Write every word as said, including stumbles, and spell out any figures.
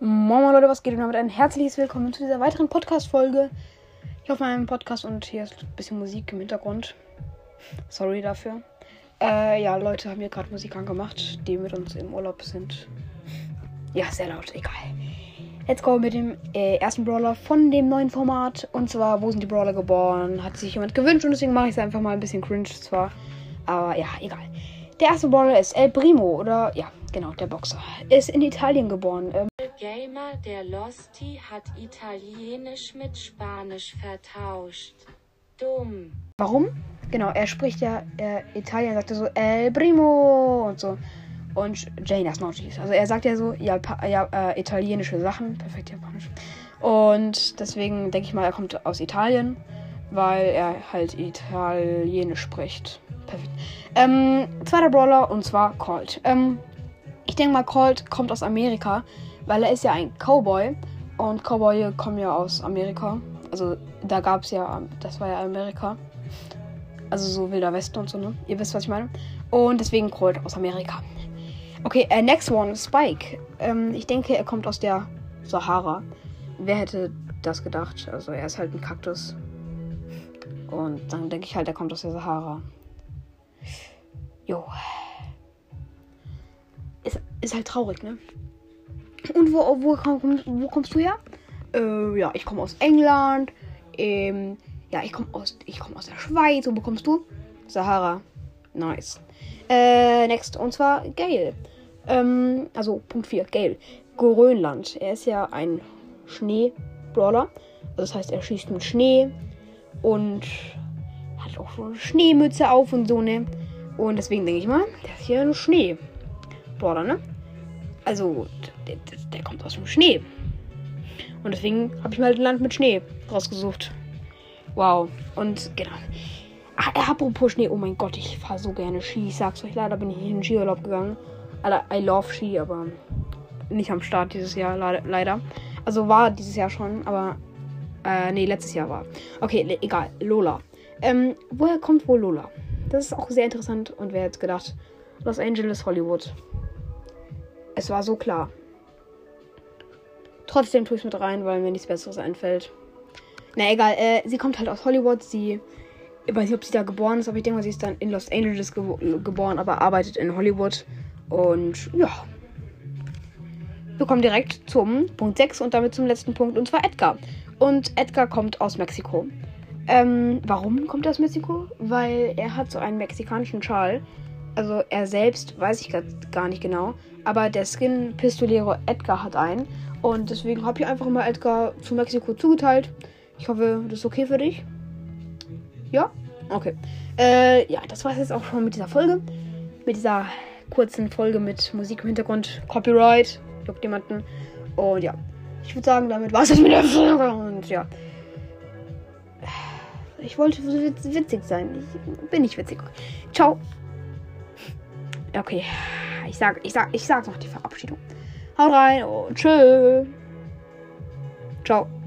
Moin Leute, was geht? Und damit ein herzliches Willkommen zu dieser weiteren Podcast-Folge. Ich hoffe, meinem Podcast und hier ist ein bisschen Musik im Hintergrund. Sorry dafür. Äh, ja, Leute haben hier gerade Musik angemacht, die mit uns im Urlaub sind. Ja, sehr laut, egal. Let's go mit dem äh, ersten Brawler von dem neuen Format. Und zwar, wo sind die Brawler geboren? Hat sich jemand gewünscht und deswegen mache ich es einfach mal ein bisschen cringe zwar. Aber ja, egal. Der erste Brawler ist El Primo oder, ja, genau, der Boxer. Ist in Italien geboren. Ähm, Gamer, der Losty hat Italienisch mit Spanisch vertauscht. Dumm. Warum? Genau, er spricht ja äh, Italien, sagt er so El Primo und so. Und Jane erstmal schießt. Also er sagt ja so Japa- ja, äh, italienische Sachen. Perfekt japanisch. Und deswegen denke ich mal, er kommt aus Italien, weil er halt Italienisch spricht. Perfekt. Ähm, zweiter Brawler und zwar Colt. Ähm, ich denke mal, Colt kommt aus Amerika, weil er ist ja ein Cowboy. Und Cowboy kommen ja aus Amerika. Also da gab es ja, das war ja Amerika. Also so Wilder Westen und so, ne? Ihr wisst, was ich meine. Und deswegen Colt aus Amerika. Okay, äh, next one, Spike. Ähm, ich denke, er kommt aus der Sahara. Wer hätte das gedacht? Also er ist halt ein Kaktus. Und dann denke ich halt, er kommt aus der Sahara. Jo. Ist, ist halt traurig, ne? Und wo, wo, komm, wo kommst du her? Äh, ja, ich komme aus England. Ähm, ja, ich komme aus, ich komme aus der Schweiz. Und wo kommst du? Sahara. Nice. Äh, next. Und zwar Gale. Ähm, also Punkt vier. Gale. Grönland. Er ist ja ein Schneebrawler. Also das heißt, er schießt mit Schnee. Und hat auch so eine Schneemütze auf und so, ne? Und deswegen denke ich mal, der ist hier ein Schneebrawler, ne? Also, der, der, der kommt aus dem Schnee. Und deswegen habe ich mal ein Land mit Schnee rausgesucht. Wow. Und genau. Ach, apropos Schnee. Oh mein Gott, ich fahre so gerne Ski. Ich sag's euch, leider bin ich in den Skiurlaub gegangen. I love Ski, aber nicht am Start dieses Jahr, leider. Also war dieses Jahr schon, aber äh, nee, letztes Jahr war. Okay, le- egal. Lola. Ähm, woher kommt wohl Lola? Das ist auch sehr interessant. Und wer hätte gedacht? Los Angeles, Hollywood. Es war so klar. Trotzdem tue ich es mit rein, weil mir nichts Besseres einfällt. Na egal, äh, sie kommt halt aus Hollywood. Sie, ich weiß nicht, ob sie da geboren ist, aber ich denke mal, sie ist dann in Los Angeles ge- geboren, aber arbeitet in Hollywood. Und ja. Wir kommen direkt zum Punkt sechs und damit zum letzten Punkt, und zwar Edgar. Und Edgar kommt aus Mexiko. Ähm, warum kommt er aus Mexiko? Weil er hat so einen mexikanischen Schal. Also er selbst weiß ich gar nicht genau. Aber der Skin Pistolero Edgar hat einen. Und deswegen habe ich einfach mal Edgar zu Mexiko zugeteilt. Ich hoffe, das ist okay für dich. Ja? Okay. Äh, ja, das war es jetzt auch schon mit dieser Folge. Mit dieser kurzen Folge mit Musik im Hintergrund. Copyright. Juckt jemanden. Und ja. Ich würde sagen, damit war es jetzt mit der Folge. Und ja. Ich wollte so witzig sein. Ich bin nicht witzig. Ciao. Okay. Ich sag, ich sag, ich sag noch die Verabschiedung. Haut rein und tschö. Ciao.